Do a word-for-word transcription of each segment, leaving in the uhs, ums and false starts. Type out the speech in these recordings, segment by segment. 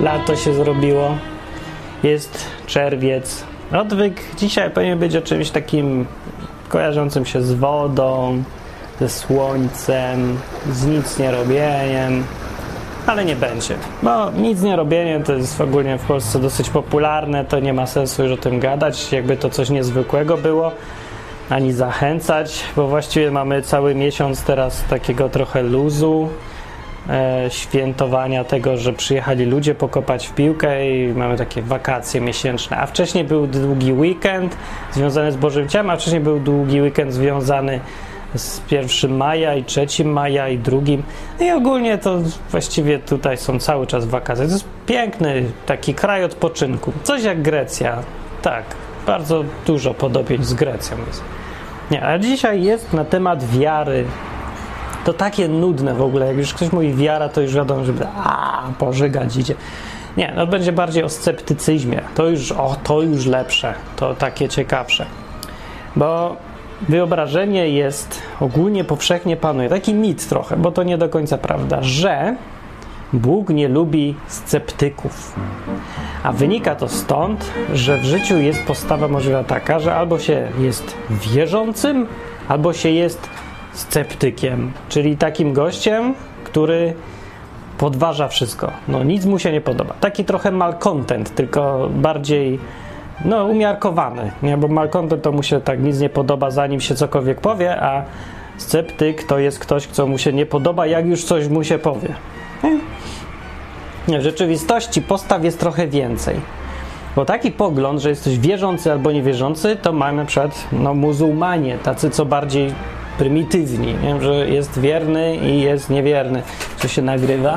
lato się zrobiło, jest czerwiec. Odwyk dzisiaj powinien być o czymś takim kojarzącym się z wodą, ze słońcem, z nic nie robieniem, ale nie będzie, bo nic nie robienie to jest ogólnie w Polsce dosyć popularne, to nie ma sensu już o tym gadać, jakby to coś niezwykłego było, ani zachęcać, bo właściwie mamy cały miesiąc teraz takiego trochę luzu, e, świętowania tego, że przyjechali ludzie pokopać w piłkę i mamy takie wakacje miesięczne, a wcześniej był długi weekend związany z Bożym Ciałem, a wcześniej był długi weekend związany z pierwszego maja i trzeciego maja i drugim. I ogólnie to właściwie tutaj są cały czas wakacje. To jest piękny taki kraj odpoczynku. Coś jak Grecja. Tak, bardzo dużo podobieństw z Grecją jest. Nie, a dzisiaj jest na temat wiary. To takie nudne w ogóle. Jak już ktoś mówi wiara, to już wiadomo, że a pożygać idzie. Nie, no będzie bardziej o sceptycyzmie. To już, o, to już lepsze. To takie ciekawsze. Bo wyobrażenie jest, ogólnie powszechnie panuje, taki mit trochę, bo to nie do końca prawda, że Bóg nie lubi sceptyków. A wynika to stąd, że w życiu jest postawa możliwa taka, że albo się jest wierzącym, albo się jest sceptykiem, czyli takim gościem, który podważa wszystko. No nic mu się nie podoba. Taki trochę malcontent, tylko bardziej no umiarkowany, nie? Bo malcontent to mu się tak nic nie podoba, zanim się cokolwiek powie, a sceptyk to jest ktoś, kto mu się nie podoba, jak już coś mu się powie. Nie? Nie, w rzeczywistości postaw jest trochę więcej. Bo taki pogląd, że jesteś wierzący albo niewierzący, to mają na przykład no, muzułmanie, tacy co bardziej prymitywni, nie? Że jest wierny i jest niewierny. Czy się nagrywa?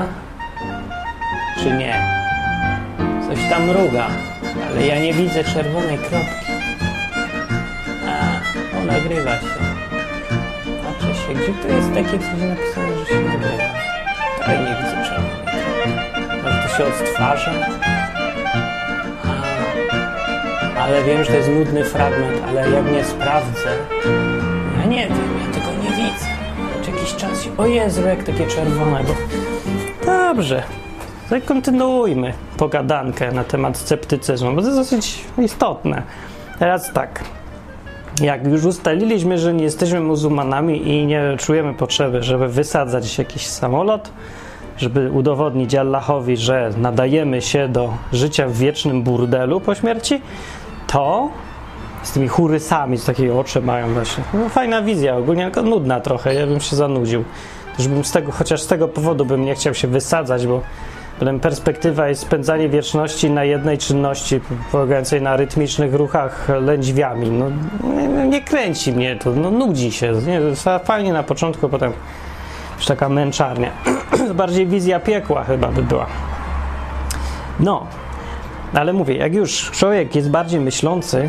Czy nie? Coś tam mruga. Ale ja nie widzę czerwonej kropki. A, o, nagrywa się. Patrzę się, gdzie to jest takie coś napisane, że się nagrywa? Ale nie widzę czerwonej kropki. Może to się odtwarza? A, ale wiem, że to jest nudny fragment, ale jak nie sprawdzę, ja nie wiem, ja tego nie widzę. Choć jakiś czas się... O Jezu, jak takie czerwone, bo... Dobrze. Kontynuujmy pogadankę na temat sceptycyzmu, bo to jest dosyć istotne. Teraz tak, jak już ustaliliśmy, że nie jesteśmy muzułmanami i nie czujemy potrzeby, żeby wysadzać jakiś samolot, żeby udowodnić Allahowi, że nadajemy się do życia w wiecznym burdelu po śmierci, to z tymi churysami, z takiej oczy mają właśnie. No, fajna wizja, ogólnie tylko nudna trochę, ja bym się zanudził. Też bym z tego, chociaż z tego powodu bym nie chciał się wysadzać, bo potem perspektywa jest spędzanie wieczności na jednej czynności polegającej na rytmicznych ruchach lędźwiami. No, nie, nie kręci mnie to, no, nudzi się. Nie, fajnie na początku, potem już taka męczarnia. Bardziej wizja piekła chyba by była. No, ale mówię, jak już człowiek jest bardziej myślący,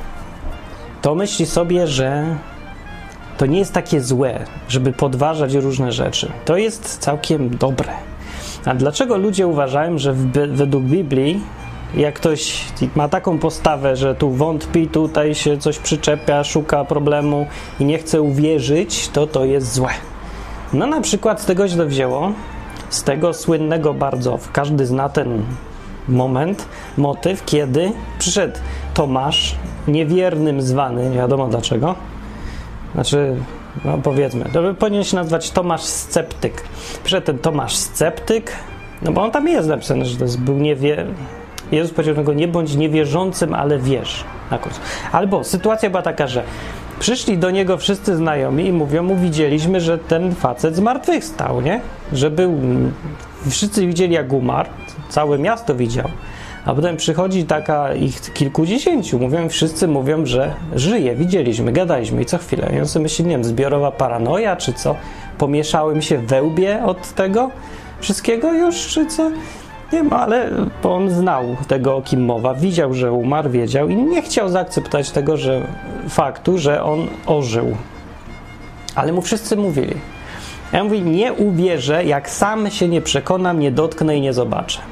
to myśli sobie, że to nie jest takie złe, żeby podważać różne rzeczy. To jest całkiem dobre. A dlaczego ludzie uważają, że w, według Biblii, jak ktoś ma taką postawę, że tu wątpi, tutaj się coś przyczepia, szuka problemu i nie chce uwierzyć, to to jest złe. No na przykład z tego się to wzięło, z tego słynnego bardzo, każdy zna ten moment, motyw, kiedy przyszedł Tomasz, niewiernym zwany, nie wiadomo dlaczego, znaczy, no powiedzmy, to by powinien się nazwać Tomasz Sceptyk. Przyszedł ten Tomasz Sceptyk, no bo on tam jest napisane, że to jest, był niewier... Jezus powiedział do niego, nie bądź niewierzącym, ale wierz. Na końcu. Albo sytuacja była taka, że przyszli do niego wszyscy znajomi i mówią mu, widzieliśmy, że ten facet zmartwychwstał, nie? Że był... Wszyscy widzieli, jak umarł, całe miasto widział. A potem przychodzi taka ich kilkudziesięciu, mówią, wszyscy mówią, że żyje, widzieliśmy, gadaliśmy i co chwilę. I on sobie myśli, nie wiem, zbiorowa paranoja, czy co? Pomieszałem się we łbie od tego wszystkiego już, czy co? Nie wiem, ale on znał tego, o kim mowa, widział, że umarł, wiedział i nie chciał zaakceptować tego, że faktu, że on ożył. Ale mu wszyscy mówili. Ja mówię, nie uwierzę, jak sam się nie przekonam, nie dotknę i nie zobaczę.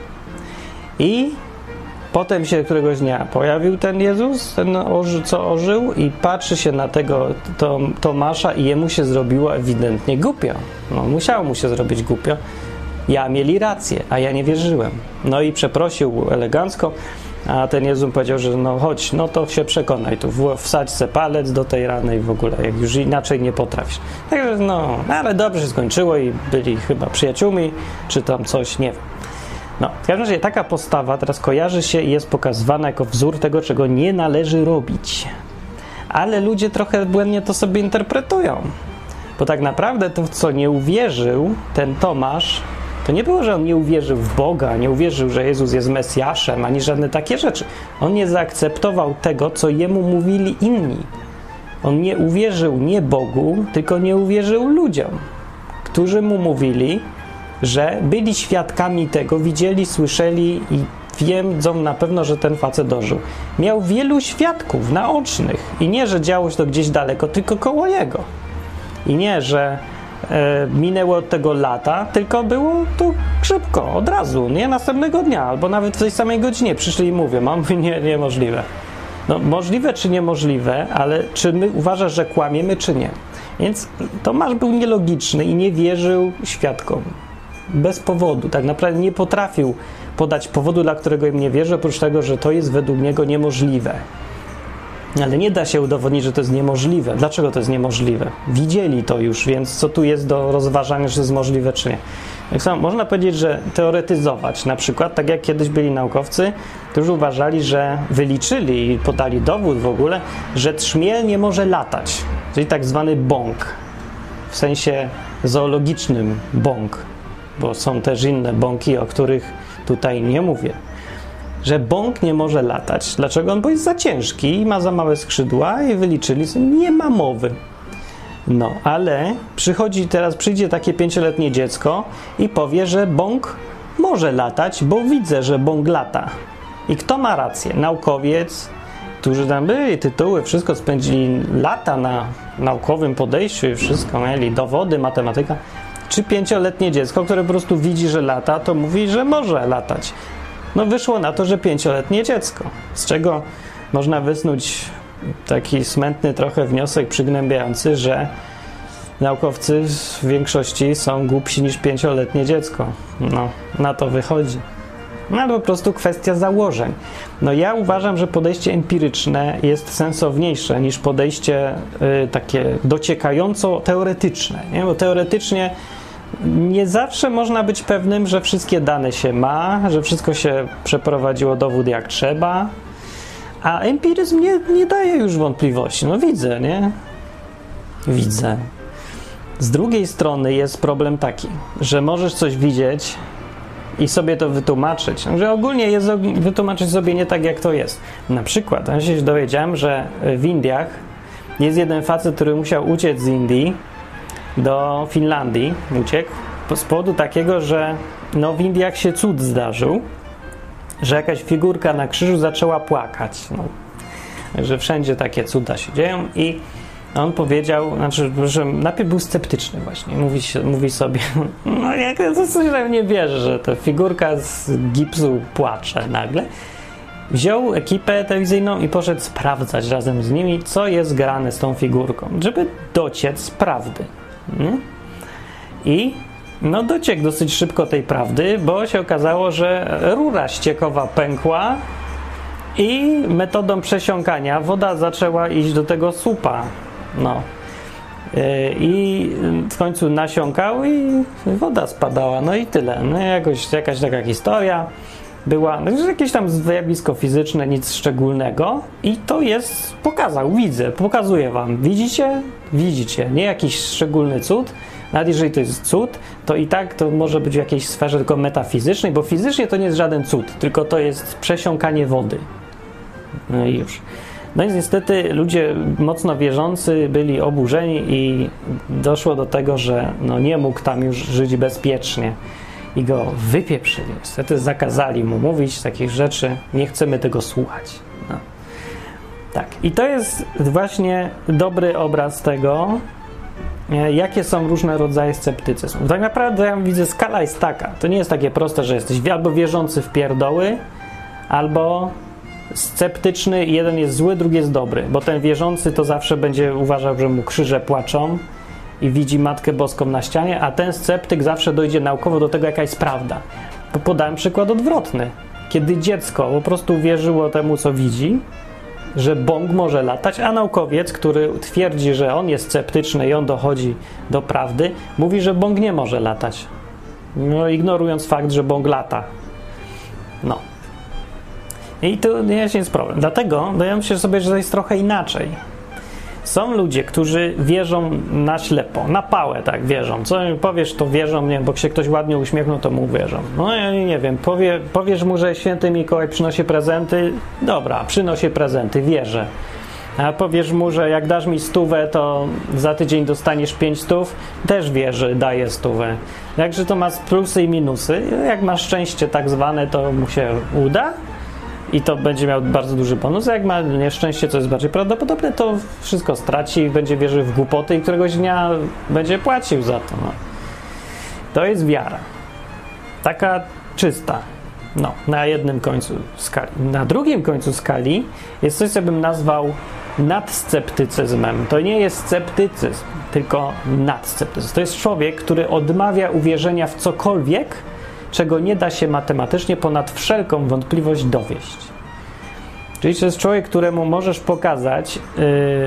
I potem się któregoś dnia pojawił ten Jezus, ten oży, co ożył i patrzy się na tego to, Tomasza i jemu się zrobiło ewidentnie głupio. No, musiało mu się zrobić głupio. ja mieli rację, a ja nie wierzyłem. No i przeprosił elegancko, a ten Jezus powiedział, że no chodź, no to się przekonaj, tu wsadź se palec do tej rany i w ogóle, jak już inaczej nie potrafisz. Także no, ale dobrze się skończyło i byli chyba przyjaciółmi, czy tam coś, nie wiem. No, w każdym razie taka postawa teraz kojarzy się i jest pokazywana jako wzór tego, czego nie należy robić. Ale ludzie trochę błędnie to sobie interpretują. Bo tak naprawdę to, w co nie uwierzył ten Tomasz, to nie było, że on nie uwierzył w Boga, nie uwierzył, że Jezus jest Mesjaszem, ani żadne takie rzeczy. On nie zaakceptował tego, co jemu mówili inni. On nie uwierzył nie Bogu, tylko nie uwierzył ludziom, którzy mu mówili, że byli świadkami tego, widzieli, słyszeli i wiedzą na pewno, że ten facet dożył. Miał wielu świadków naocznych i nie, że działo się to gdzieś daleko, tylko koło jego. I nie, że e, minęło od tego lata, tylko było to szybko, od razu, nie następnego dnia, albo nawet w tej samej godzinie przyszli i mówią, mam nie, niemożliwe. No możliwe czy niemożliwe, ale czy my uważasz, że kłamiemy, czy nie? Więc Tomasz był nielogiczny i nie wierzył świadkom. Bez powodu, tak naprawdę nie potrafił podać powodu, dla którego im nie wierzy, oprócz tego, że to jest według niego niemożliwe. Ale nie da się udowodnić, że to jest niemożliwe. Dlaczego to jest niemożliwe? Widzieli to już, więc co tu jest do rozważania, czy to jest możliwe, czy nie? Tak samo można powiedzieć, że teoretyzować, na przykład, tak jak kiedyś byli naukowcy, którzy uważali, że wyliczyli i podali dowód w ogóle, że trzmiel nie może latać, czyli tak zwany bąk, w sensie zoologicznym bąk, bo są też inne bąki, o których tutaj nie mówię. Że bąk nie może latać. Dlaczego? Bo jest za ciężki i ma za małe skrzydła i wyliczyli, że nie ma mowy. No, ale przychodzi teraz, przyjdzie takie pięcioletnie dziecko i powie, że bąk może latać, bo widzę, że bąk lata. I kto ma rację? Naukowiec, którzy tam byli, tytuły, wszystko spędzili lata na naukowym podejściu i wszystko, mieli dowody, matematyka. Czy pięcioletnie dziecko, które po prostu widzi, że lata, to mówi, że może latać. No wyszło na to, że pięcioletnie dziecko. Z czego można wysnuć taki smętny trochę wniosek przygnębiający, że naukowcy w większości są głupsi niż pięcioletnie dziecko. No, na to wychodzi. No ale po prostu kwestia założeń. No ja uważam, że podejście empiryczne jest sensowniejsze niż podejście y, takie dociekająco teoretyczne, nie? Bo teoretycznie nie zawsze można być pewnym, że wszystkie dane się ma, że wszystko się przeprowadziło dowód jak trzeba, a empiryzm nie, nie daje już wątpliwości. No widzę, nie? Widzę. Z drugiej strony jest problem taki, że możesz coś widzieć i sobie to wytłumaczyć, że ogólnie jest wytłumaczyć sobie nie tak, jak to jest. Na przykład, ja się dowiedziałem, że w Indiach jest jeden facet, który musiał uciec z Indii do Finlandii, uciekł z powodu takiego, że no w Indiach się cud zdarzył, że jakaś figurka na krzyżu zaczęła płakać. No. Że wszędzie takie cuda się dzieją i on powiedział, znaczy, że najpierw był sceptyczny właśnie, mówi, mówi sobie, no jak to coś nie wierzę, że ta figurka z gipsu płacze nagle. Wziął ekipę telewizyjną i poszedł sprawdzać razem z nimi, co jest grane z tą figurką, żeby dociec z prawdy. Nie? I no dociekł dosyć szybko tej prawdy, bo się okazało, że rura ściekowa pękła i metodą przesiąkania woda zaczęła iść do tego słupa. No. I w końcu nasiąkał i woda spadała. No i tyle. No jakoś, jakaś taka historia była. No, jakieś tam zjawisko fizyczne, nic szczególnego. I to jest, pokazał, widzę, pokazuję wam. Widzicie? Widzicie. Nie jakiś szczególny cud. Nawet jeżeli to jest cud, to i tak to może być w jakiejś sferze tylko metafizycznej, bo fizycznie to nie jest żaden cud, tylko to jest przesiąkanie wody. No i już. No i niestety ludzie mocno wierzący byli oburzeni i doszło do tego, że no nie mógł tam już żyć bezpiecznie i go wypieprzyli. Niestety zakazali mu mówić takich rzeczy, nie chcemy tego słuchać. No. Tak. I to jest właśnie dobry obraz tego, jakie są różne rodzaje sceptycyzmu. Tak naprawdę ja widzę, skala jest taka. To nie jest takie proste, że jesteś albo wierzący w pierdoły, albo sceptyczny i jeden jest zły, drugi jest dobry, bo ten wierzący to zawsze będzie uważał, że mu krzyże płaczą i widzi Matkę Boską na ścianie, a ten sceptyk zawsze dojdzie naukowo do tego, jaka jest prawda. Bo podałem przykład odwrotny. Kiedy dziecko po prostu wierzyło temu, co widzi, że bąk może latać, a naukowiec, który twierdzi, że on jest sceptyczny i on dochodzi do prawdy, mówi, że bąk nie może latać. No, ignorując fakt, że bąk lata. No. I to nie jest problem. Dlatego ja myślę sobie, że to jest trochę inaczej. Są ludzie, którzy wierzą na ślepo, na pałę tak wierzą. Co mi powiesz, to wierzą, nie, bo się ktoś ładnie uśmiechnął, to mu wierzą. No ja nie wiem, powie, powiesz mu, że święty Mikołaj przynosi prezenty, dobra, przynosi prezenty, wierzę. A powiesz mu, że jak dasz mi stówę, to za tydzień dostaniesz pięć stów, też wierzy, daje stówę. Jakże to ma plusy i minusy. Jak masz szczęście tak zwane, to mu się uda i to będzie miał bardzo duży bonus. A jak ma nieszczęście, co jest bardziej prawdopodobne, to wszystko straci i będzie wierzył w głupoty i któregoś dnia będzie płacił za to. No. To jest wiara. Taka czysta. No, na jednym końcu skali. Na drugim końcu skali jest coś, co bym nazwał nadsceptycyzmem. To nie jest sceptycyzm, tylko nadsceptycyzm. To jest człowiek, który odmawia uwierzenia w cokolwiek, czego nie da się matematycznie ponad wszelką wątpliwość dowieść. Czyli to jest człowiek, któremu możesz pokazać, yy,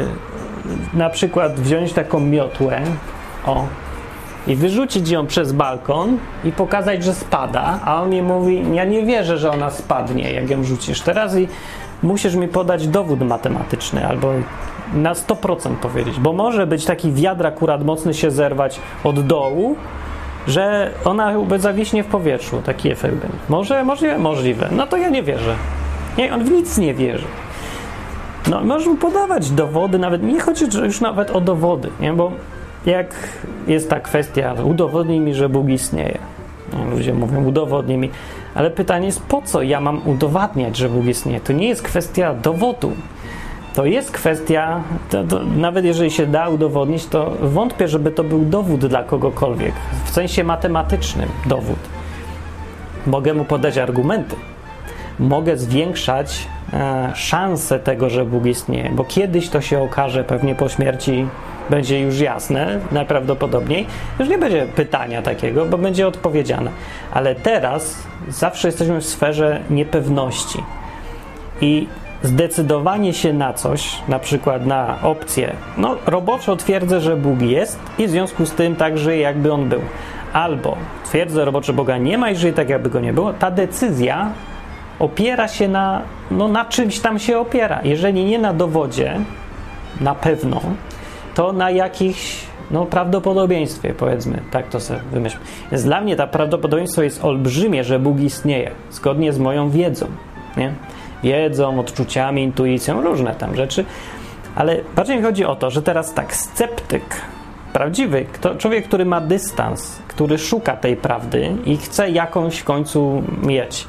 na przykład wziąć taką miotłę, o, i wyrzucić ją przez balkon i pokazać, że spada, a on mi mówi, ja nie wierzę, że ona spadnie, jak ją rzucisz teraz i musisz mi podać dowód matematyczny albo na sto procent powiedzieć, bo może być taki wiatr akurat mocny się zerwać od dołu, że ona zawiśnie w powietrzu, taki efekt będzie. Może, możliwe, możliwe. No to ja nie wierzę. Nie, on w nic nie wierzy. No, możesz mu podawać dowody, nawet nie chodzi już nawet o dowody, nie? Bo jak jest ta kwestia, udowodnij mi, że Bóg istnieje. Ludzie mówią, udowodnij mi. Ale pytanie jest, po co ja mam udowadniać, że Bóg istnieje? To nie jest kwestia dowodu. To jest kwestia, to, to, nawet jeżeli się da udowodnić, to wątpię, żeby to był dowód dla kogokolwiek. W sensie matematycznym dowód. Mogę mu podać argumenty. Mogę zwiększać e, szanse tego, że Bóg istnieje, bo kiedyś to się okaże, pewnie po śmierci będzie już jasne, najprawdopodobniej. Już nie będzie pytania takiego, bo będzie odpowiedziane. Ale teraz zawsze jesteśmy w sferze niepewności. I zdecydowanie się na coś, na przykład na opcję, no roboczo twierdzę, że Bóg jest i w związku z tym tak żyje, jakby On był. Albo twierdzę roboczo, Boga nie ma i żyje tak, jakby Go nie było. Ta decyzja opiera się na, no na czymś tam się opiera. Jeżeli nie na dowodzie, na pewno, to na jakichś, no prawdopodobieństwie, powiedzmy, tak to sobie wymyślmy. Więc dla mnie to prawdopodobieństwo jest olbrzymie, że Bóg istnieje, zgodnie z moją wiedzą, nie? Wiedzą, odczuciami, intuicją, różne tam rzeczy, ale bardziej mi chodzi o to, że teraz tak, sceptyk, prawdziwy, kto, człowiek, który ma dystans, który szuka tej prawdy i chce jakąś w końcu mieć.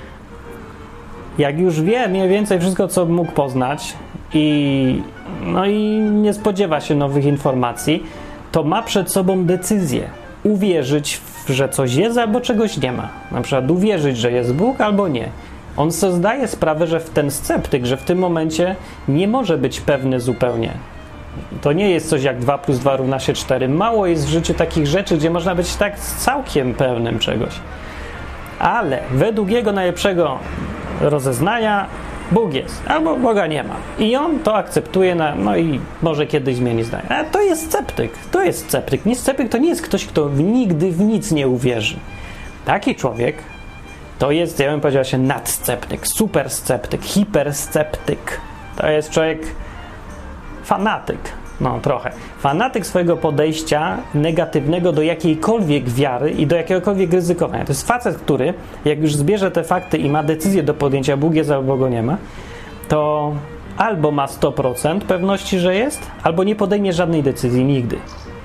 Jak już wie mniej więcej wszystko, co mógł poznać i, no i nie spodziewa się nowych informacji, to ma przed sobą decyzję. Uwierzyć, w, że coś jest albo czegoś nie ma. Na przykład uwierzyć, że jest Bóg albo nie. On sobie zdaje sprawę, że w ten sceptyk, że w tym momencie nie może być pewny zupełnie. To nie jest coś jak dwa plus dwa równa się cztery. Mało jest w życiu takich rzeczy, gdzie można być tak całkiem pewnym czegoś. Ale według jego najlepszego rozeznania Bóg jest, albo Boga nie ma. I on to akceptuje, na, no i może kiedyś zmieni zdanie. A to jest sceptyk. To jest sceptyk. Nie sceptyk to nie jest ktoś, kto nigdy w nic nie uwierzy. Taki człowiek to jest, ja bym powiedział, się nadsceptyk, supersceptyk, hipersceptyk. To jest człowiek fanatyk, no trochę. Fanatyk swojego podejścia negatywnego do jakiejkolwiek wiary i do jakiegokolwiek ryzykowania. To jest facet, który, jak już zbierze te fakty i ma decyzję do podjęcia, Bóg jest albo go nie ma, to albo ma sto procent pewności, że jest, albo nie podejmie żadnej decyzji nigdy.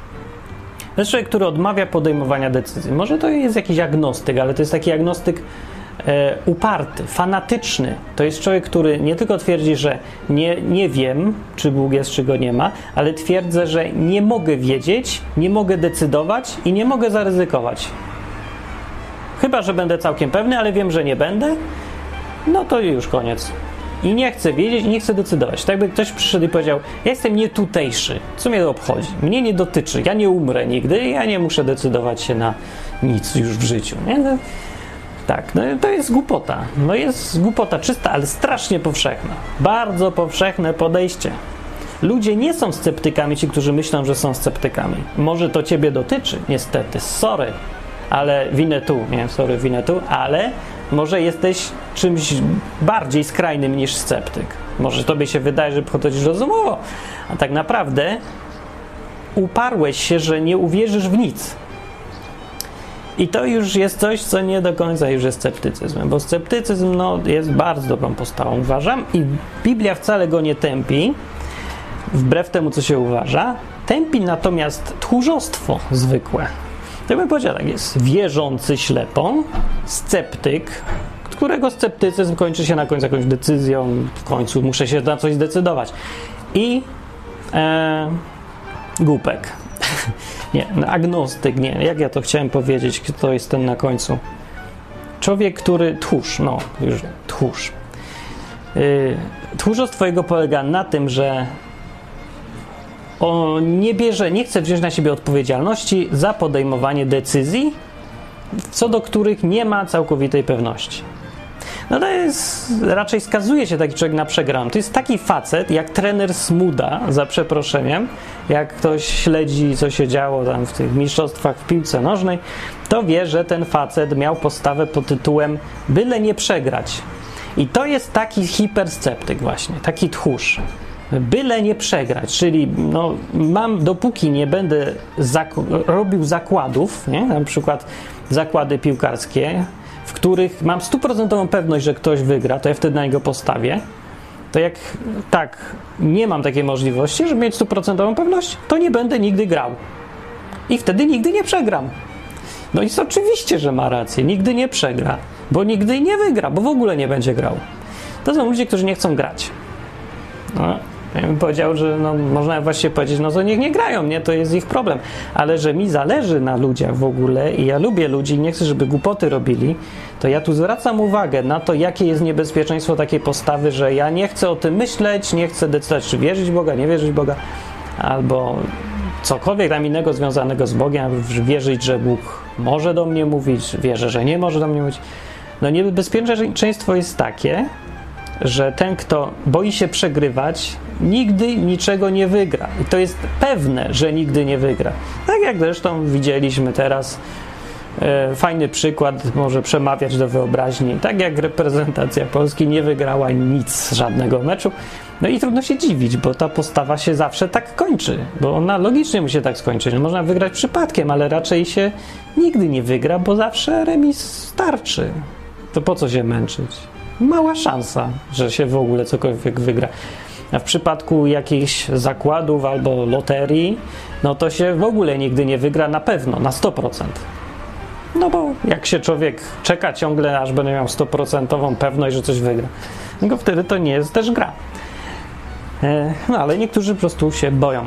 To jest człowiek, który odmawia podejmowania decyzji. Może to jest jakiś agnostyk, ale to jest taki agnostyk e, uparty, fanatyczny. To jest człowiek, który nie tylko twierdzi, że nie, nie wiem, czy Bóg jest, czy go nie ma, ale twierdzę, że nie mogę wiedzieć, nie mogę decydować i nie mogę zaryzykować. Chyba że będę całkiem pewny, ale wiem, że nie będę, no to już koniec. i nie chcę wiedzieć i nie chcę decydować. Tak jakby ktoś przyszedł i powiedział, ja jestem nietutejszy, co mnie to obchodzi? Mnie nie dotyczy, ja nie umrę nigdy, ja nie muszę decydować się na nic już w życiu. Nie? No, tak, no to jest głupota. No jest głupota czysta, ale strasznie powszechna. Bardzo powszechne podejście. Ludzie nie są sceptykami, ci, którzy myślą, że są sceptykami. Może to ciebie dotyczy, niestety, sorry, ale winę tu, nie, sorry, winę tu, ale może jesteś czymś bardziej skrajnym niż sceptyk. Może tobie się wydaje, że podchodzisz rozumowo, a tak naprawdę uparłeś się, że nie uwierzysz w nic. I to już jest coś, co nie do końca już jest sceptycyzmem, bo sceptycyzm no, jest bardzo dobrą postawą, uważam, i Biblia wcale go nie tępi, wbrew temu, co się uważa, tępi natomiast tchórzostwo zwykłe. To bym powiedział tak, jest wierzący ślepo, sceptyk, którego sceptycyzm kończy się na końcu jakąś decyzją, w końcu muszę się na coś zdecydować. I e, głupek. Nie, agnostyk, nie, jak ja to chciałem powiedzieć, kto jest ten na końcu? Człowiek, który, tchórz, no, już tchórz. Yy, tchórzostwo jego polega na tym, że on nie bierze, nie chce wziąć na siebie odpowiedzialności za podejmowanie decyzji, co do których nie ma całkowitej pewności. No to jest, raczej skazuje się taki człowiek na przegraną. To jest taki facet, jak trener Smuda, za przeproszeniem, jak ktoś śledzi, co się działo tam w tych mistrzostwach w piłce nożnej, to wie, że ten facet miał postawę pod tytułem byle nie przegrać. I to jest taki hipersceptyk właśnie, taki tchórz. Byle nie przegrać, czyli no, mam, dopóki nie będę zak- robił zakładów, nie? Na przykład zakłady piłkarskie, w których mam stuprocentową pewność, że ktoś wygra, to ja wtedy na niego postawię, to jak tak nie mam takiej możliwości, żeby mieć stuprocentową pewność, to nie będę nigdy grał. I wtedy nigdy nie przegram. No i jest oczywiście, że ma rację, nigdy nie przegra, bo nigdy nie wygra, bo w ogóle nie będzie grał. To są ludzie, którzy nie chcą grać. No. Ja bym powiedział, że no, można właściwie powiedzieć, no to niech nie grają, nie? To jest ich problem. Ale że mi zależy na ludziach w ogóle i ja lubię ludzi i nie chcę, żeby głupoty robili, to ja tu zwracam uwagę na to, jakie jest niebezpieczeństwo takiej postawy, że ja nie chcę o tym myśleć, nie chcę decydować, czy wierzyć w Boga, nie wierzyć w Boga, albo cokolwiek tam innego związanego z Bogiem, wierzyć, że Bóg może do mnie mówić, wierzę, że nie może do mnie mówić. No niebezpieczeństwo jest takie, że ten, kto boi się przegrywać, nigdy niczego nie wygra. I to jest pewne, że nigdy nie wygra. Tak jak zresztą widzieliśmy teraz, e, fajny przykład, może przemawiać do wyobraźni. Tak jak reprezentacja Polski nie wygrała nic, żadnego meczu. No i trudno się dziwić, bo ta postawa się zawsze tak kończy, bo ona logicznie musi tak skończyć. No, można wygrać przypadkiem, ale raczej się nigdy nie wygra, bo zawsze remis starczy. To po co się męczyć? Mała szansa, że się w ogóle cokolwiek wygra. A w przypadku jakichś zakładów albo loterii, no to się w ogóle nigdy nie wygra na pewno, na sto procent. No bo jak się człowiek czeka ciągle, aż będzie miał sto procent pewność, że coś wygra, no to wtedy to nie jest też gra. No ale niektórzy po prostu się boją.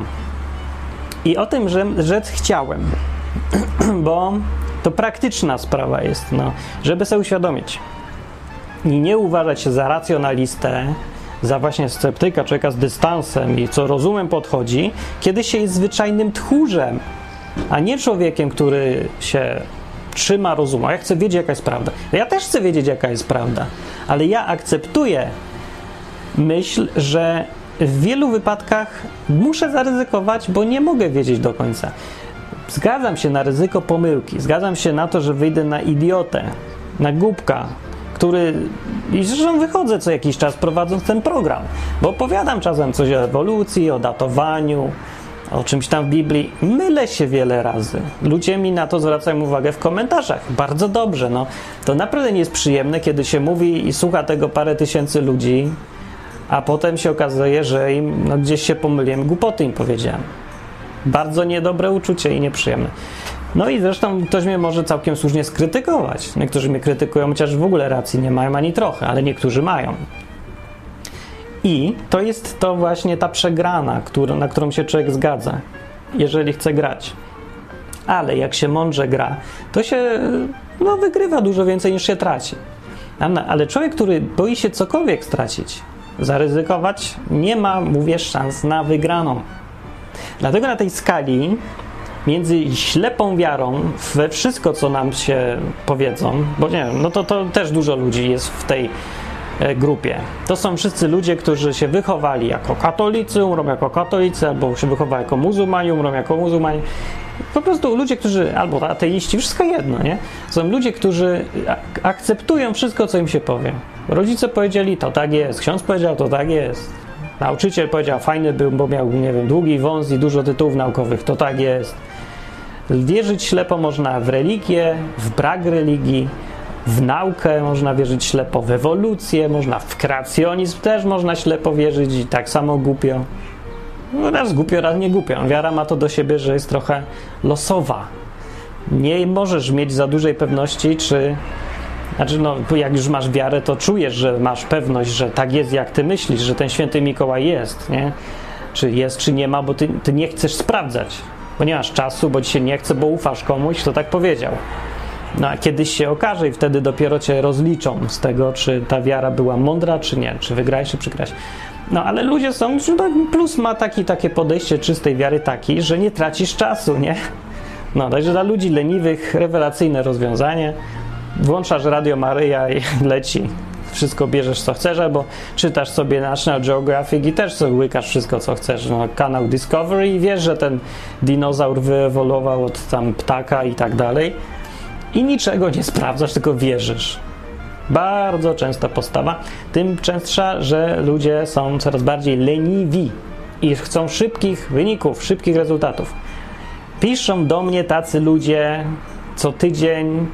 I o tym, że rzec chciałem, bo to praktyczna sprawa jest, no, żeby sobie uświadomić i nie uważać się za racjonalistę, za właśnie sceptyka, człowieka z dystansem i co rozumem podchodzi, kiedy się jest zwyczajnym tchórzem, a nie człowiekiem, który się trzyma rozumu. Ja chcę wiedzieć, jaka jest prawda. Ja też chcę wiedzieć, jaka jest prawda, ale ja akceptuję myśl, że w wielu wypadkach muszę zaryzykować, bo nie mogę wiedzieć do końca. Zgadzam się na ryzyko pomyłki, zgadzam się na to, że wyjdę na idiotę, na głupka, który, i zresztą wychodzę co jakiś czas prowadząc ten program, bo opowiadam czasem coś o ewolucji, o datowaniu, o czymś tam w Biblii. Mylę się wiele razy. Ludzie mi na to zwracają uwagę w komentarzach. Bardzo dobrze, no. To naprawdę nie jest przyjemne, kiedy się mówi i słucha tego parę tysięcy ludzi, a potem się okazuje, że im no, gdzieś się pomyliłem, głupoty im powiedziałem. Bardzo niedobre uczucie i nieprzyjemne. No i zresztą ktoś mnie może całkiem słusznie skrytykować. Niektórzy mnie krytykują, chociaż w ogóle racji nie mają ani trochę, ale niektórzy mają. I to jest to właśnie ta przegrana, który, na którą się człowiek zgadza, jeżeli chce grać. Ale jak się mądrze gra, to się no, wygrywa dużo więcej niż się traci. Ale człowiek, który boi się cokolwiek stracić, zaryzykować, nie ma, mówię, szans na wygraną. Dlatego na tej skali między ślepą wiarą we wszystko, co nam się powiedzą, bo nie wiem, no to, to też dużo ludzi jest w tej e, grupie. To są wszyscy ludzie, którzy się wychowali jako katolicy, umrą jako katolicy, albo się wychowali jako muzułmani, umrą jako muzułmani. Po prostu ludzie, którzy, albo ateiści, wszystko jedno, nie? Są ludzie, którzy ak- akceptują wszystko, co im się powie. Rodzice powiedzieli, to tak jest, ksiądz powiedział, to tak jest. Nauczyciel powiedział, fajny był, bo miał, nie wiem, długi wąs i dużo tytułów naukowych, to tak jest. Wierzyć ślepo można w religię, w brak religii, w naukę można wierzyć ślepo, w ewolucję, można w kreacjonizm też można ślepo wierzyć i tak samo głupio. No raz głupio, raz nie głupio. Wiara ma to do siebie, że jest trochę losowa. Nie możesz mieć za dużej pewności, czy... Znaczy, no, jak już masz wiarę, to czujesz, że masz pewność, że tak jest, jak ty myślisz, że ten święty Mikołaj jest, nie? Czy jest, czy nie ma, bo ty, ty nie chcesz sprawdzać, bo nie masz czasu, bo ci się nie chce, bo ufasz komuś, kto tak powiedział. No a kiedyś się okaże i wtedy dopiero cię rozliczą z tego, czy ta wiara była mądra, czy nie, czy wygrałeś, czy przegrałeś. No ale ludzie są, plus ma taki, takie podejście czystej wiary taki, że nie tracisz czasu, nie? No, także dla ludzi leniwych rewelacyjne rozwiązanie. Włączasz Radio Maryja i leci. Wszystko bierzesz, co chcesz, albo czytasz sobie National Geographic i też sobie łykasz wszystko, co chcesz. No, kanał Discovery i wiesz, że ten dinozaur wyewoluował od tam ptaka i tak dalej. I niczego nie sprawdzasz, tylko wierzysz. Bardzo częsta postawa. Tym częstsza, że ludzie są coraz bardziej leniwi i chcą szybkich wyników, szybkich rezultatów. Piszą do mnie tacy ludzie co tydzień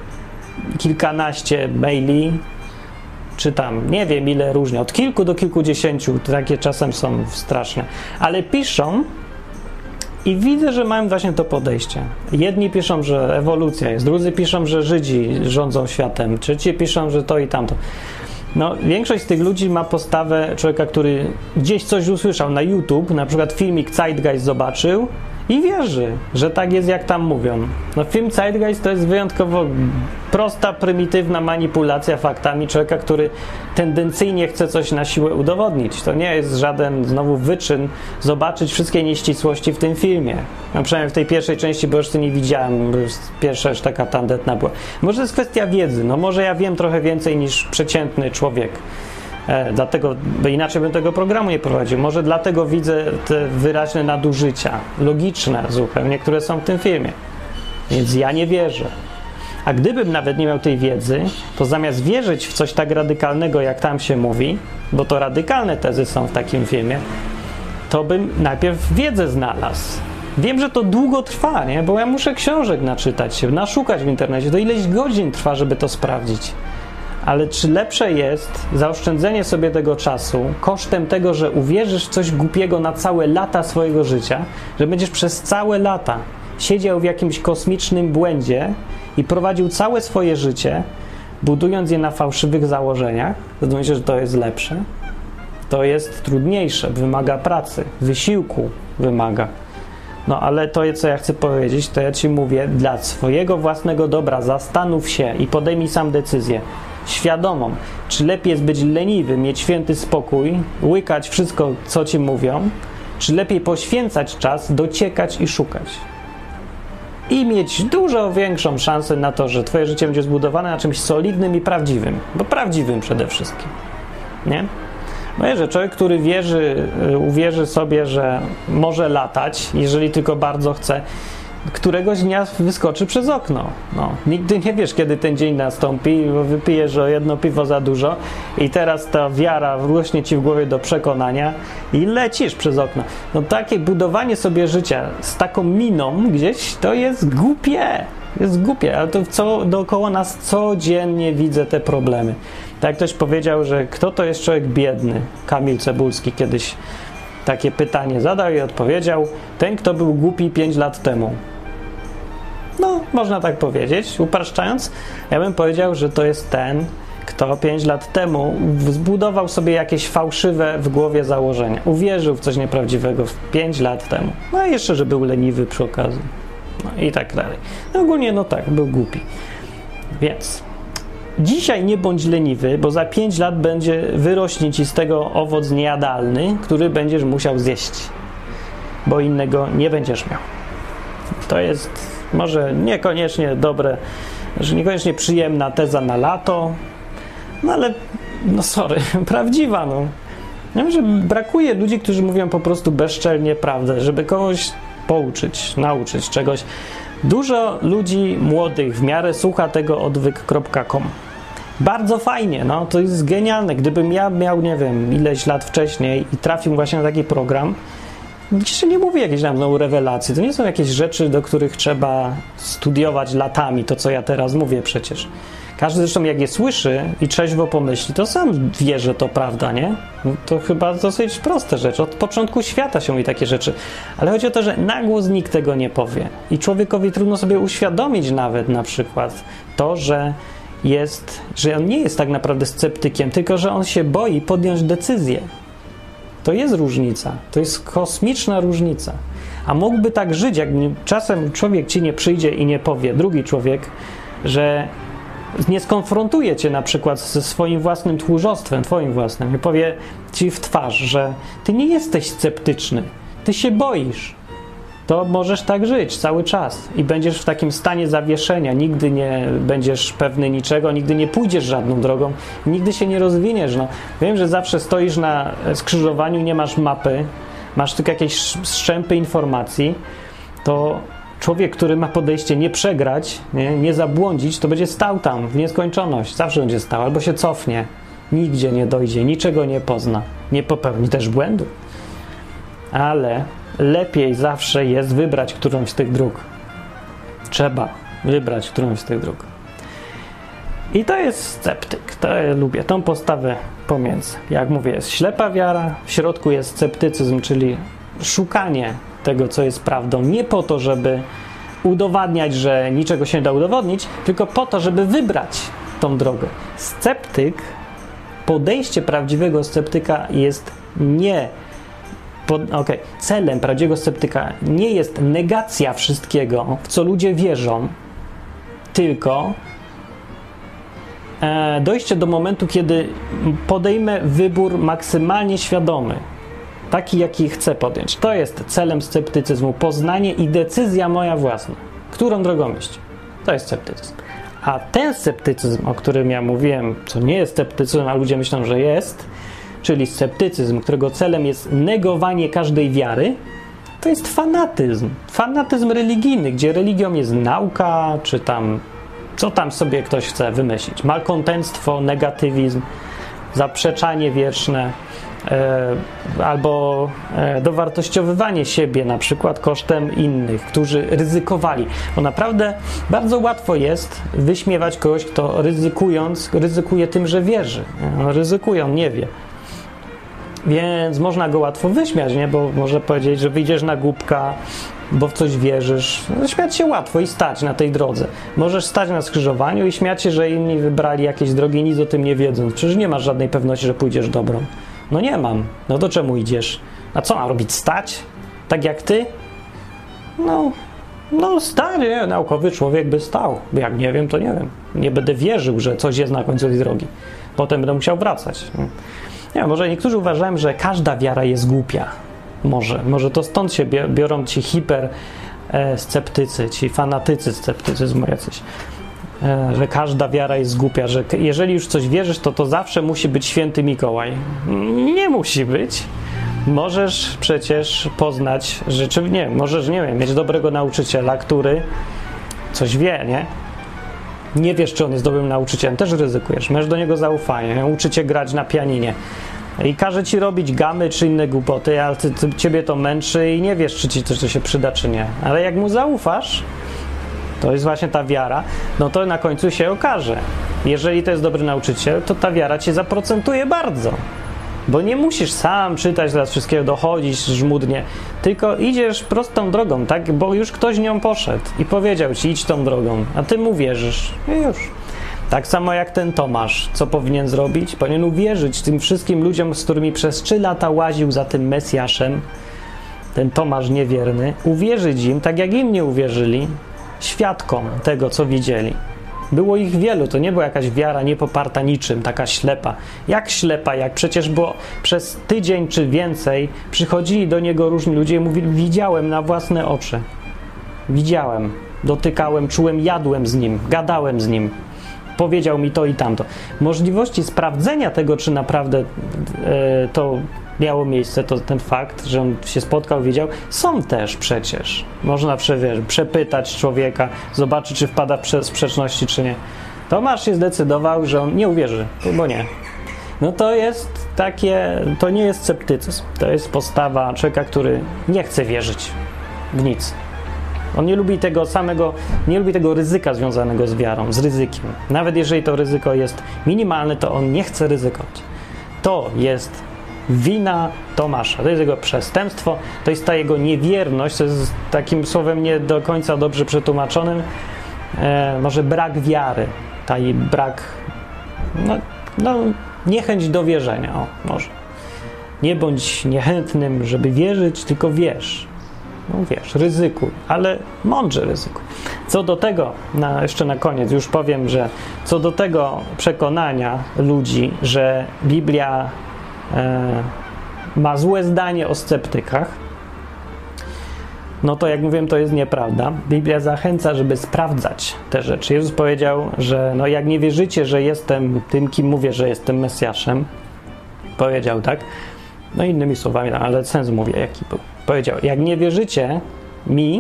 kilkanaście maili, czy tam, nie wiem ile różnie, od kilku do kilkudziesięciu, takie czasem są straszne, ale piszą i widzę, że mają właśnie to podejście. Jedni piszą, że ewolucja jest, drudzy piszą, że Żydzi rządzą światem, trzeci piszą, że to i tamto. No, większość z tych ludzi ma postawę człowieka, który gdzieś coś usłyszał na YouTube, na przykład filmik Zeitgeist zobaczył i wierzy, że tak jest, jak tam mówią. No, film Zeitgeist to jest wyjątkowo prosta, prymitywna manipulacja faktami człowieka, który tendencyjnie chce coś na siłę udowodnić. To nie jest żaden znowu wyczyn zobaczyć wszystkie nieścisłości w tym filmie. No, przynajmniej w tej pierwszej części, bo już to nie widziałem, bo już pierwsza już taka tandetna była. Może to jest kwestia wiedzy. No może ja wiem trochę więcej niż przeciętny człowiek. E, dlatego, bo inaczej bym tego programu nie prowadził. Może dlatego widzę te wyraźne nadużycia, logiczne zupełnie, które są w tym filmie. Więc ja nie wierzę. A gdybym nawet nie miał tej wiedzy, to zamiast wierzyć w coś tak radykalnego, jak tam się mówi, bo to radykalne tezy są w takim filmie, to bym najpierw wiedzę znalazł. Wiem, że to długo trwa, nie? Bo ja muszę książek naczytać się, naszukać w internecie. To ileś godzin trwa, żeby to sprawdzić. Ale czy lepsze jest zaoszczędzenie sobie tego czasu kosztem tego, że uwierzysz w coś głupiego na całe lata swojego życia, że będziesz przez całe lata siedział w jakimś kosmicznym błędzie i prowadził całe swoje życie, budując je na fałszywych założeniach, to myślę, że to jest lepsze. To jest trudniejsze, wymaga pracy, wysiłku wymaga. No ale to, co ja chcę powiedzieć, to ja ci mówię, dla swojego własnego dobra zastanów się i podejmij sam decyzję świadomą, czy lepiej jest być leniwy, mieć święty spokój, łykać wszystko, co ci mówią, czy lepiej poświęcać czas, dociekać i szukać. I mieć dużo większą szansę na to, że twoje życie będzie zbudowane na czymś solidnym i prawdziwym, bo prawdziwym przede wszystkim, nie? No, że człowiek, który wierzy, uwierzy sobie, że może latać, jeżeli tylko bardzo chce, któregoś dnia wyskoczy przez okno. No, nigdy nie wiesz, kiedy ten dzień nastąpi, bo wypijesz o jedno piwo za dużo i teraz ta wiara rośnie ci w głowie do przekonania i lecisz przez okno. No takie budowanie sobie życia z taką miną gdzieś, to jest głupie. Jest głupie, ale to co dookoła nas codziennie widzę te problemy. Tak jak ktoś powiedział, że kto to jest człowiek biedny? Kamil Cebulski kiedyś takie pytanie zadał i odpowiedział: ten, kto był głupi pięć lat temu. No, można tak powiedzieć, upraszczając. Ja bym powiedział, że to jest ten, kto pięć lat temu zbudował sobie jakieś fałszywe w głowie założenia. Uwierzył w coś nieprawdziwego pięć lat temu. No i jeszcze, że był leniwy przy okazji. No i tak dalej. No ogólnie, no tak, był głupi. Więc dzisiaj nie bądź leniwy, bo za pięć lat będzie wyrośnie ci z tego owoc niejadalny, który będziesz musiał zjeść, bo innego nie będziesz miał. To jest może niekoniecznie dobre, że niekoniecznie przyjemna teza na lato, no ale, no sorry, prawdziwa, no. Ja wiem, że brakuje ludzi, którzy mówią po prostu bezczelnie prawdę, żeby kogoś pouczyć, nauczyć czegoś. Dużo ludzi młodych w miarę słucha tego odwyk kropka com. Bardzo fajnie, no to jest genialne. Gdybym ja miał, nie wiem, ileś lat wcześniej i trafił właśnie na taki program, jeszcze nie mówię jakiejś tam znowu rewelacji, to nie są jakieś rzeczy, do których trzeba studiować latami, to co ja teraz mówię przecież. Każdy zresztą jak je słyszy i trzeźwo pomyśli, to sam wie, że to prawda, nie? No to chyba dosyć proste rzeczy. Od początku świata się mówi takie rzeczy. Ale chodzi o to, że na głos nikt tego nie powie. I człowiekowi trudno sobie uświadomić nawet na przykład to, że jest, że on nie jest tak naprawdę sceptykiem, tylko że on się boi podjąć decyzję. To jest różnica. To jest kosmiczna różnica. A mógłby tak żyć, jak czasem człowiek ci nie przyjdzie i nie powie, drugi człowiek, że nie skonfrontuje cię na przykład ze swoim własnym tchórzostwem, twoim własnym, i powie ci w twarz, że ty nie jesteś sceptyczny, ty się boisz. To możesz tak żyć cały czas i będziesz w takim stanie zawieszenia, nigdy nie będziesz pewny niczego, nigdy nie pójdziesz żadną drogą, nigdy się nie rozwiniesz. No, wiem, że zawsze stoisz na skrzyżowaniu, nie masz mapy, masz tylko jakieś strzępy informacji, to człowiek, który ma podejście nie przegrać, nie, nie zabłądzić, to będzie stał tam w nieskończoność, zawsze będzie stał, albo się cofnie, nigdzie nie dojdzie, niczego nie pozna, nie popełni też błędu. Ale lepiej zawsze jest wybrać którąś z tych dróg. Trzeba wybrać którąś z tych dróg. I to jest sceptyk. To ja lubię tą postawę pomiędzy. Jak mówię, jest ślepa wiara, w środku jest sceptycyzm, czyli szukanie tego, co jest prawdą. Nie po to, żeby udowadniać, że niczego się nie da udowodnić, tylko po to, żeby wybrać tą drogę. Sceptyk, podejście prawdziwego sceptyka jest nie Pod, okay. Celem prawdziwego sceptyka nie jest negacja wszystkiego, w co ludzie wierzą, tylko e, dojście do momentu, kiedy podejmę wybór maksymalnie świadomy, taki, jaki chcę podjąć. To jest celem sceptycyzmu, poznanie i decyzja moja własna. Którą drogą iść? To jest sceptycyzm. A ten sceptycyzm, o którym ja mówiłem, co nie jest sceptycyzm, a ludzie myślą, że jest, czyli sceptycyzm, którego celem jest negowanie każdej wiary, to jest fanatyzm. Fanatyzm religijny, gdzie religią jest nauka, czy tam, co tam sobie ktoś chce wymyślić. Malkontenstwo, negatywizm, zaprzeczanie wieczne, e, albo e, dowartościowywanie siebie na przykład kosztem innych, którzy ryzykowali. Bo naprawdę bardzo łatwo jest wyśmiewać kogoś, kto ryzykując, ryzykuje tym, że wierzy. On ryzykuje, on nie wie. Więc można go łatwo wyśmiać, nie? Bo może powiedzieć, że wyjdziesz na głupka, bo w coś wierzysz. No, śmiać się łatwo i stać na tej drodze. Możesz stać na skrzyżowaniu i śmiać się, że inni wybrali jakieś drogi, nic o tym nie wiedząc. Przecież nie masz żadnej pewności, że pójdziesz dobrą. No nie mam. No to czemu idziesz? A co mam robić? Stać? Tak jak ty? No, no stać, nie? Naukowy człowiek by stał. Jak nie wiem, to nie wiem. Nie będę wierzył, że coś jest na końcu tej drogi. Potem będę musiał wracać. Nie, może niektórzy uważają, że każda wiara jest głupia. Może. Może to stąd się biorą ci hiper e, sceptycy, ci fanatycy sceptycyzmu jacyś. E, że każda wiara jest głupia, że jeżeli już coś wierzysz, to to zawsze musi być święty Mikołaj. Nie musi być. Możesz przecież poznać, że czy nie, możesz, nie wiem, mieć dobrego nauczyciela, który coś wie, nie? Nie wiesz, czy on jest dobrym nauczycielem, też ryzykujesz. Masz do niego zaufanie, uczy cię grać na pianinie i każe ci robić gamy czy inne głupoty, ale ty, ty, ciebie to męczy i nie wiesz, czy ci to, to się przyda, czy nie. Ale jak mu zaufasz, to jest właśnie ta wiara, no to na końcu się okaże. Jeżeli to jest dobry nauczyciel, to ta wiara cię zaprocentuje bardzo. Bo nie musisz sam czytać teraz wszystkiego, dochodzić żmudnie, tylko idziesz prostą drogą, tak? Bo już ktoś nią poszedł i powiedział ci, idź tą drogą, a ty mu wierzysz i już. Tak samo jak ten Tomasz, co powinien zrobić? Powinien uwierzyć tym wszystkim ludziom, z którymi przez trzy lata łaził za tym Mesjaszem, ten Tomasz niewierny, uwierzyć im, tak jak im nie uwierzyli, świadkom tego, co widzieli. Było ich wielu, to nie była jakaś wiara niepoparta niczym, taka ślepa. Jak ślepa, jak przecież było przez tydzień czy więcej przychodzili do niego różni ludzie i mówili, widziałem na własne oczy. Widziałem, dotykałem, czułem, jadłem z nim, gadałem z nim. Powiedział mi to i tamto. Możliwości sprawdzenia tego, czy naprawdę e, to miało miejsce, to ten fakt, że on się spotkał, wiedział, są też przecież. Można wiesz, przepytać człowieka, zobaczyć, czy wpada w sprzeczności, czy nie. Tomasz się zdecydował, że on nie uwierzy, bo nie. No to jest takie, to nie jest sceptycyzm, to jest postawa człowieka, który nie chce wierzyć w nic. On nie lubi tego samego, nie lubi tego ryzyka związanego z wiarą, z ryzykiem. Nawet jeżeli to ryzyko jest minimalne, to on nie chce ryzykować. To jest wina Tomasza, to jest jego przestępstwo, to jest ta jego niewierność, to jest takim słowem nie do końca dobrze przetłumaczonym, e, może brak wiary, ta jej brak, no, no niechęć do wierzenia, o, może. Nie bądź niechętnym, żeby wierzyć, tylko wierz. No wiesz, ryzykuj, ale mądrze ryzykuj. Co do tego, na, jeszcze na koniec już powiem, że co do tego przekonania ludzi, że Biblia e, ma złe zdanie o sceptykach, no to jak mówiłem, to jest nieprawda. Biblia zachęca, żeby sprawdzać te rzeczy. Jezus powiedział, że no jak nie wierzycie, że jestem tym, kim mówię, że jestem Mesjaszem, powiedział tak, no innymi słowami, ale sens mówię, jaki był. Powiedział, jak nie wierzycie mi,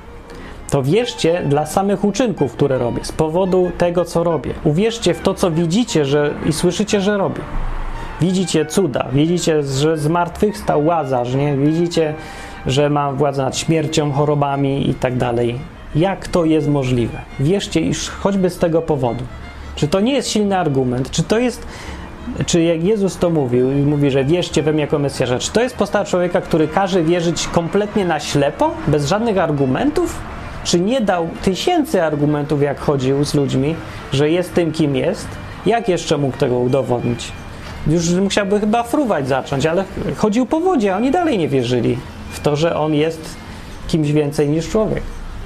to wierzcie dla samych uczynków, które robię, z powodu tego, co robię. Uwierzcie w to, co widzicie że, i słyszycie, że robię. Widzicie cuda, widzicie, że z martwych stał Łazarz, nie? Widzicie, że mam władzę nad śmiercią, chorobami i tak dalej. Jak to jest możliwe? Wierzcie, iż choćby z tego powodu. Czy to nie jest silny argument? Czy to jest... Czy jak Jezus to mówił i mówi, że wierzcie we mnie jako Mesjasza, czy to jest postawa człowieka, który każe wierzyć kompletnie na ślepo, bez żadnych argumentów? Czy nie dał tysięcy argumentów, jak chodził z ludźmi, że jest tym, kim jest? Jak jeszcze mógł tego udowodnić? Już musiałby chyba fruwać zacząć, ale chodził po wodzie, a oni dalej nie wierzyli w to, że on jest kimś więcej niż człowiek.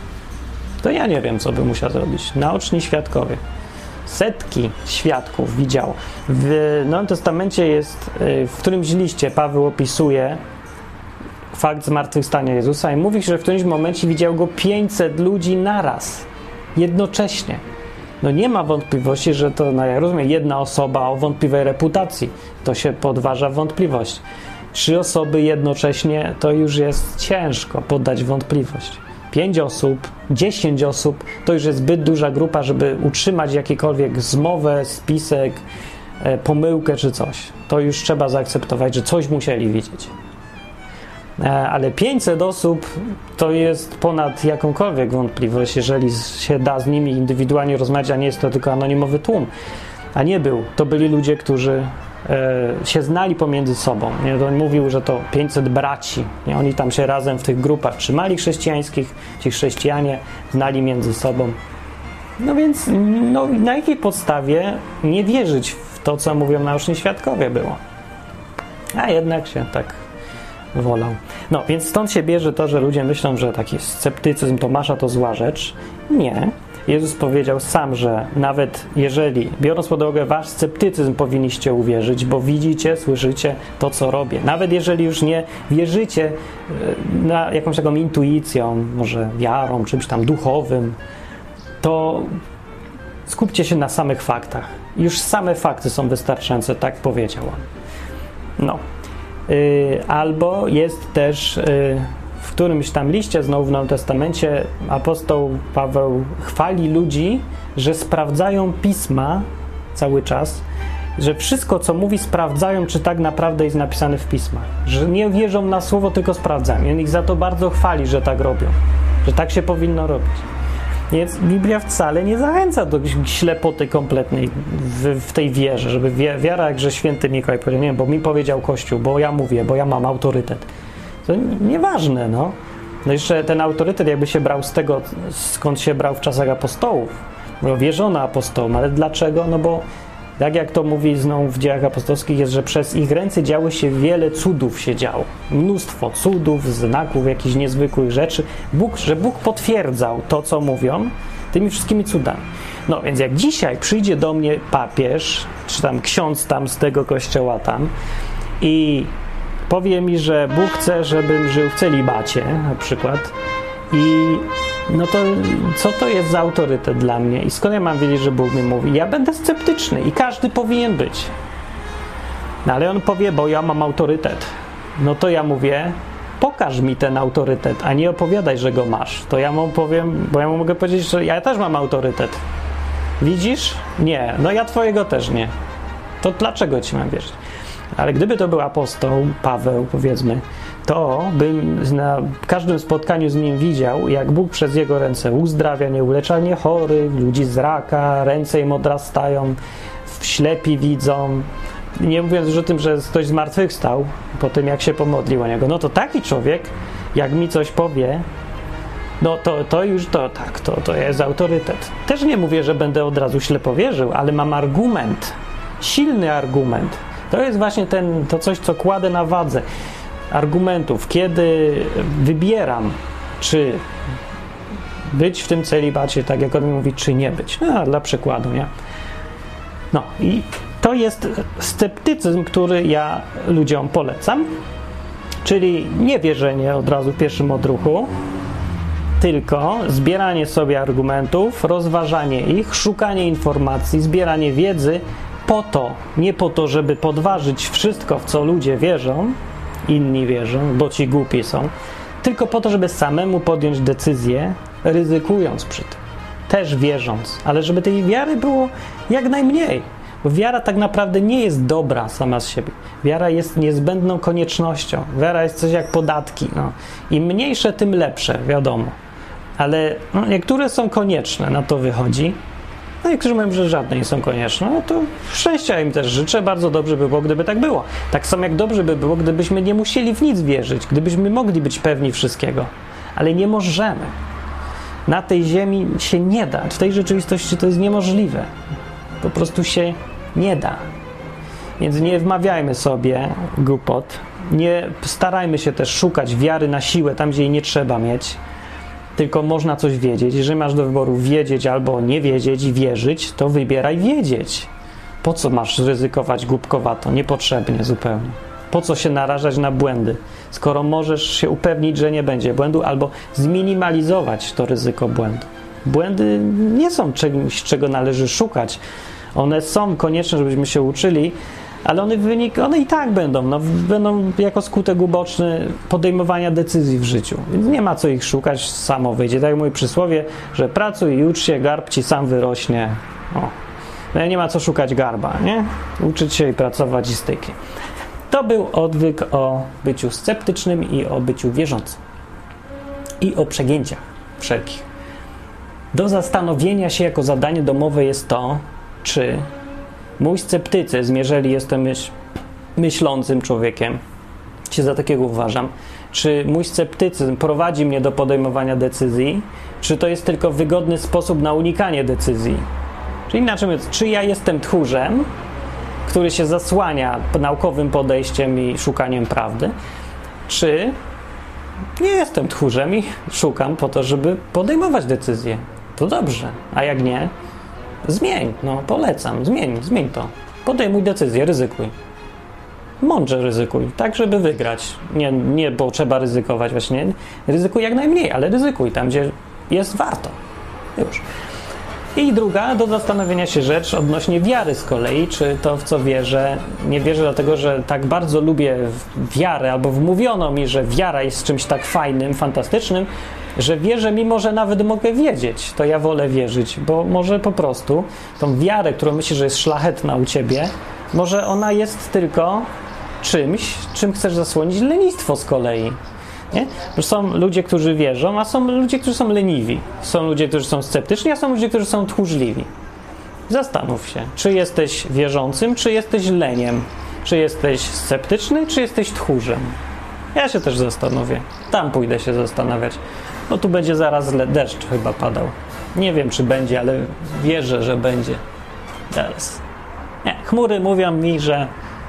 To ja nie wiem, co by musiał zrobić. Naoczni świadkowie. Setki świadków widział. W Nowym Testamencie jest, w którymś liście Paweł opisuje fakt zmartwychwstania Jezusa i mówi, że w którymś momencie widział go pięćset ludzi naraz, jednocześnie. No nie ma wątpliwości, że to, no ja rozumiem, jedna osoba o wątpliwej reputacji, to się podważa wątpliwość. Trzy osoby jednocześnie to już jest ciężko poddać wątpliwość. Pięć osób, dziesięć osób, to już jest zbyt duża grupa, żeby utrzymać jakiekolwiek zmowę, spisek, e, pomyłkę czy coś. To już trzeba zaakceptować, że coś musieli widzieć. E, ale pięćset osób to jest ponad jakąkolwiek wątpliwość, jeżeli się da z nimi indywidualnie rozmawiać, a nie jest to tylko anonimowy tłum. A nie był. To byli ludzie, którzy e, się znali pomiędzy sobą. Nie? On mówił, że to pięćset braci. Nie? Oni tam się razem w tych grupach trzymali chrześcijańskich. Ci chrześcijanie znali między sobą. No więc no, na jakiej podstawie nie wierzyć w to, co mówią naoczni świadkowie było? A jednak się tak wolał. No więc stąd się bierze to, że ludzie myślą, że taki sceptycyzm Tomasza to zła rzecz. Nie. Jezus powiedział sam, że nawet jeżeli, biorąc pod uwagę wasz sceptycyzm, powinniście uwierzyć, bo widzicie, słyszycie to, co robię. Nawet jeżeli już nie wierzycie na jakąś taką intuicją, może wiarą, czymś tam duchowym, to skupcie się na samych faktach. Już same fakty są wystarczające, tak powiedział on. No. Yy, albo jest też... Yy, w którymś tam liście, znowu w Nowym Testamencie, apostoł Paweł chwali ludzi, że sprawdzają pisma cały czas, że wszystko, co mówi, sprawdzają, czy tak naprawdę jest napisane w pismach. Że nie wierzą na słowo, tylko sprawdzają. I on ich za to bardzo chwali, że tak robią. Że tak się powinno robić. Więc Biblia wcale nie zachęca do ślepoty kompletnej w, w tej wierze, żeby wiara, jak że święty Mikołaj powiedział, nie wiem, bo mi powiedział Kościół, bo ja mówię, bo ja mam autorytet. To nieważne, no. No jeszcze ten autorytet jakby się brał z tego, skąd się brał w czasach apostołów. Bo wierzono apostołom, ale dlaczego? No bo tak jak to mówi znowu w dziejach apostolskich jest, że przez ich ręce działy się wiele cudów się działo. Mnóstwo cudów, znaków, jakichś niezwykłych rzeczy. Bóg, że Bóg potwierdzał to, co mówią, tymi wszystkimi cudami. No więc jak dzisiaj przyjdzie do mnie papież, czy tam ksiądz tam z tego kościoła tam i powie mi, że Bóg chce, żebym żył w celibacie na przykład i no to co to jest za autorytet dla mnie i skąd ja mam wiedzieć, że Bóg mi mówi? Ja będę sceptyczny i każdy powinien być. No ale on powie, bo ja mam autorytet. No to ja mówię, pokaż mi ten autorytet, a nie opowiadaj, że go masz. To ja mu powiem, bo ja mu mogę powiedzieć, że ja też mam autorytet. Widzisz? Nie. No ja twojego też nie. To dlaczego ci mam wierzyć? Ale gdyby to był apostoł Paweł, powiedzmy, to bym na każdym spotkaniu z nim widział, jak Bóg przez jego ręce uzdrawia nieuleczalnie chorych, ludzi z raka, ręce im odrastają, ślepi widzą. Nie mówiąc już o tym, że ktoś zmartwychwstał po tym, jak się pomodlił o niego. No to taki człowiek, jak mi coś powie, no to, to już to tak, to, to jest autorytet. Też nie mówię, że będę od razu ślepo wierzył, ale mam argument, silny argument. To jest właśnie ten, to coś, co kładę na wadze argumentów, kiedy wybieram, czy być w tym celibacie, tak jak on mówi, czy nie być. No, dla przykładu, nie? No i to jest sceptycyzm, który ja ludziom polecam, czyli nie wierzenie od razu w pierwszym odruchu, tylko zbieranie sobie argumentów, rozważanie ich, szukanie informacji, zbieranie wiedzy po to, nie po to, żeby podważyć wszystko, w co ludzie wierzą, inni wierzą, bo ci głupi są, tylko po to, żeby samemu podjąć decyzję, ryzykując przy tym, też wierząc, ale żeby tej wiary było jak najmniej. Bo wiara tak naprawdę nie jest dobra sama z siebie. Wiara jest niezbędną koniecznością. Wiara jest coś jak podatki. No. Im mniejsze, tym lepsze, wiadomo. Ale no, niektóre są konieczne, na to wychodzi. No niektórzy mówią, że żadne nie są konieczne. No to szczęścia im też życzę. Bardzo dobrze by było, gdyby tak było. Tak samo jak dobrze by było, gdybyśmy nie musieli w nic wierzyć. Gdybyśmy mogli być pewni wszystkiego. Ale nie możemy. Na tej ziemi się nie da. W tej rzeczywistości to jest niemożliwe. Po prostu się nie da. Więc nie wmawiajmy sobie głupot. Nie starajmy się też szukać wiary na siłę tam, gdzie jej nie trzeba mieć. Tylko można coś wiedzieć. Jeżeli masz do wyboru wiedzieć albo nie wiedzieć i wierzyć, to wybieraj wiedzieć. Po co masz ryzykować głupkowato? Niepotrzebnie zupełnie. Po co się narażać na błędy? Skoro możesz się upewnić, że nie będzie błędu albo zminimalizować to ryzyko błędu. Błędy nie są czymś, czego należy szukać. One są konieczne, żebyśmy się uczyli, ale one, wynik, one i tak będą. No, będą jako skutek uboczny podejmowania decyzji w życiu. Więc nie ma co ich szukać, samo wyjdzie. Tak jak mówi przysłowie, że pracuj i ucz się, garb ci sam wyrośnie. O. No, nie ma co szukać garba, nie? Uczyć się i pracować i styki. To był odwyk o byciu sceptycznym i o byciu wierzącym. I o przegięciach wszelkich. Do zastanowienia się jako zadanie domowe jest to, czy mój sceptycyzm, jeżeli jestem myśl, myślącym człowiekiem, się za takiego uważam, czy mój sceptycyzm prowadzi mnie do podejmowania decyzji, czy to jest tylko wygodny sposób na unikanie decyzji. Czyli inaczej mówiąc, czy ja jestem tchórzem, który się zasłania naukowym podejściem i szukaniem prawdy, czy nie jestem tchórzem i szukam po to, żeby podejmować decyzje. To dobrze, a jak nie, zmień, no polecam, zmień, zmień to. Podejmuj decyzję, ryzykuj. Mądrze ryzykuj, tak żeby wygrać. Nie, nie, bo trzeba ryzykować właśnie. Ryzykuj jak najmniej, ale ryzykuj tam, gdzie jest warto. Już. I druga, do zastanowienia się rzecz odnośnie wiary z kolei, czy to, w co wierzę, nie wierzę dlatego, że tak bardzo lubię wiarę, albo wmówiono mi, że wiara jest czymś tak fajnym, fantastycznym, że wierzę, mimo że nawet mogę wiedzieć, to ja wolę wierzyć, bo może po prostu tą wiarę, którą myślisz, że jest szlachetna u ciebie, może ona jest tylko czymś, czym chcesz zasłonić lenistwo z kolei. Nie? Bo są ludzie, którzy wierzą, a są ludzie, którzy są leniwi. Są ludzie, którzy są sceptyczni, a są ludzie, którzy są tchórzliwi. Zastanów się, czy jesteś wierzącym, czy jesteś leniem. Czy jesteś sceptyczny, czy jesteś tchórzem. Ja się też zastanowię. Tam pójdę się zastanawiać. No tu będzie zaraz deszcz chyba padał. Nie wiem, czy będzie, ale wierzę, że będzie. Teraz. Nie, chmury mówią mi, że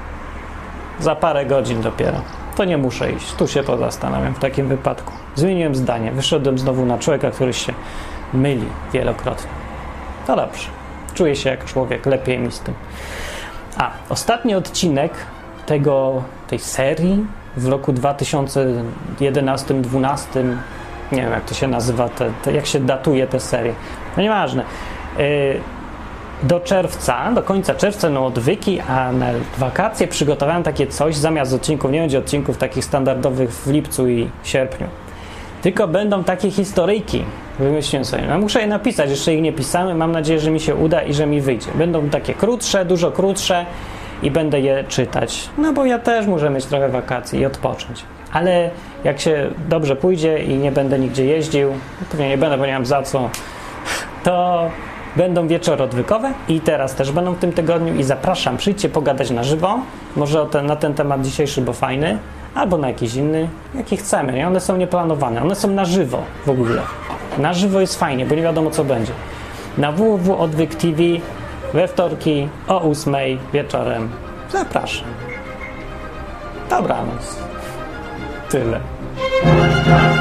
za parę godzin dopiero. To nie muszę iść. Tu się pozastanawiam w takim wypadku. Zmieniłem zdanie. Wyszedłem znowu na człowieka, który się myli wielokrotnie. To dobrze. Czuję się jak człowiek, lepiej mi z tym. A, ostatni odcinek tego, tej serii w roku dwa tysiące jedenastym dwunastym, nie wiem jak to się nazywa, te, te, jak się datuje te serie, no nieważne. Yy, do czerwca, do końca czerwca, no odwyki, a na wakacje przygotowałem takie coś, zamiast odcinków, nie będzie odcinków takich standardowych w lipcu i sierpniu, tylko będą takie historyjki. Wymyśliłem sobie, no muszę je napisać, jeszcze ich nie pisałem, mam nadzieję, że mi się uda i że mi wyjdzie. Będą takie krótsze, dużo krótsze i będę je czytać, no bo ja też muszę mieć trochę wakacji i odpocząć. Ale jak się dobrze pójdzie i nie będę nigdzie jeździł, pewnie nie będę, bo nie mam za co, to będą wieczory odwykowe i teraz też będą w tym tygodniu i zapraszam, przyjdźcie pogadać na żywo, może o ten, na ten temat dzisiejszy, bo fajny, albo na jakiś inny, jaki chcemy, nie? One są nieplanowane, one są na żywo w ogóle. Na żywo jest fajnie, bo nie wiadomo co będzie. Na w w w kropka odwyk kropka t v we wtorki o ósmej wieczorem. Zapraszam. Dobranoc. Tyle.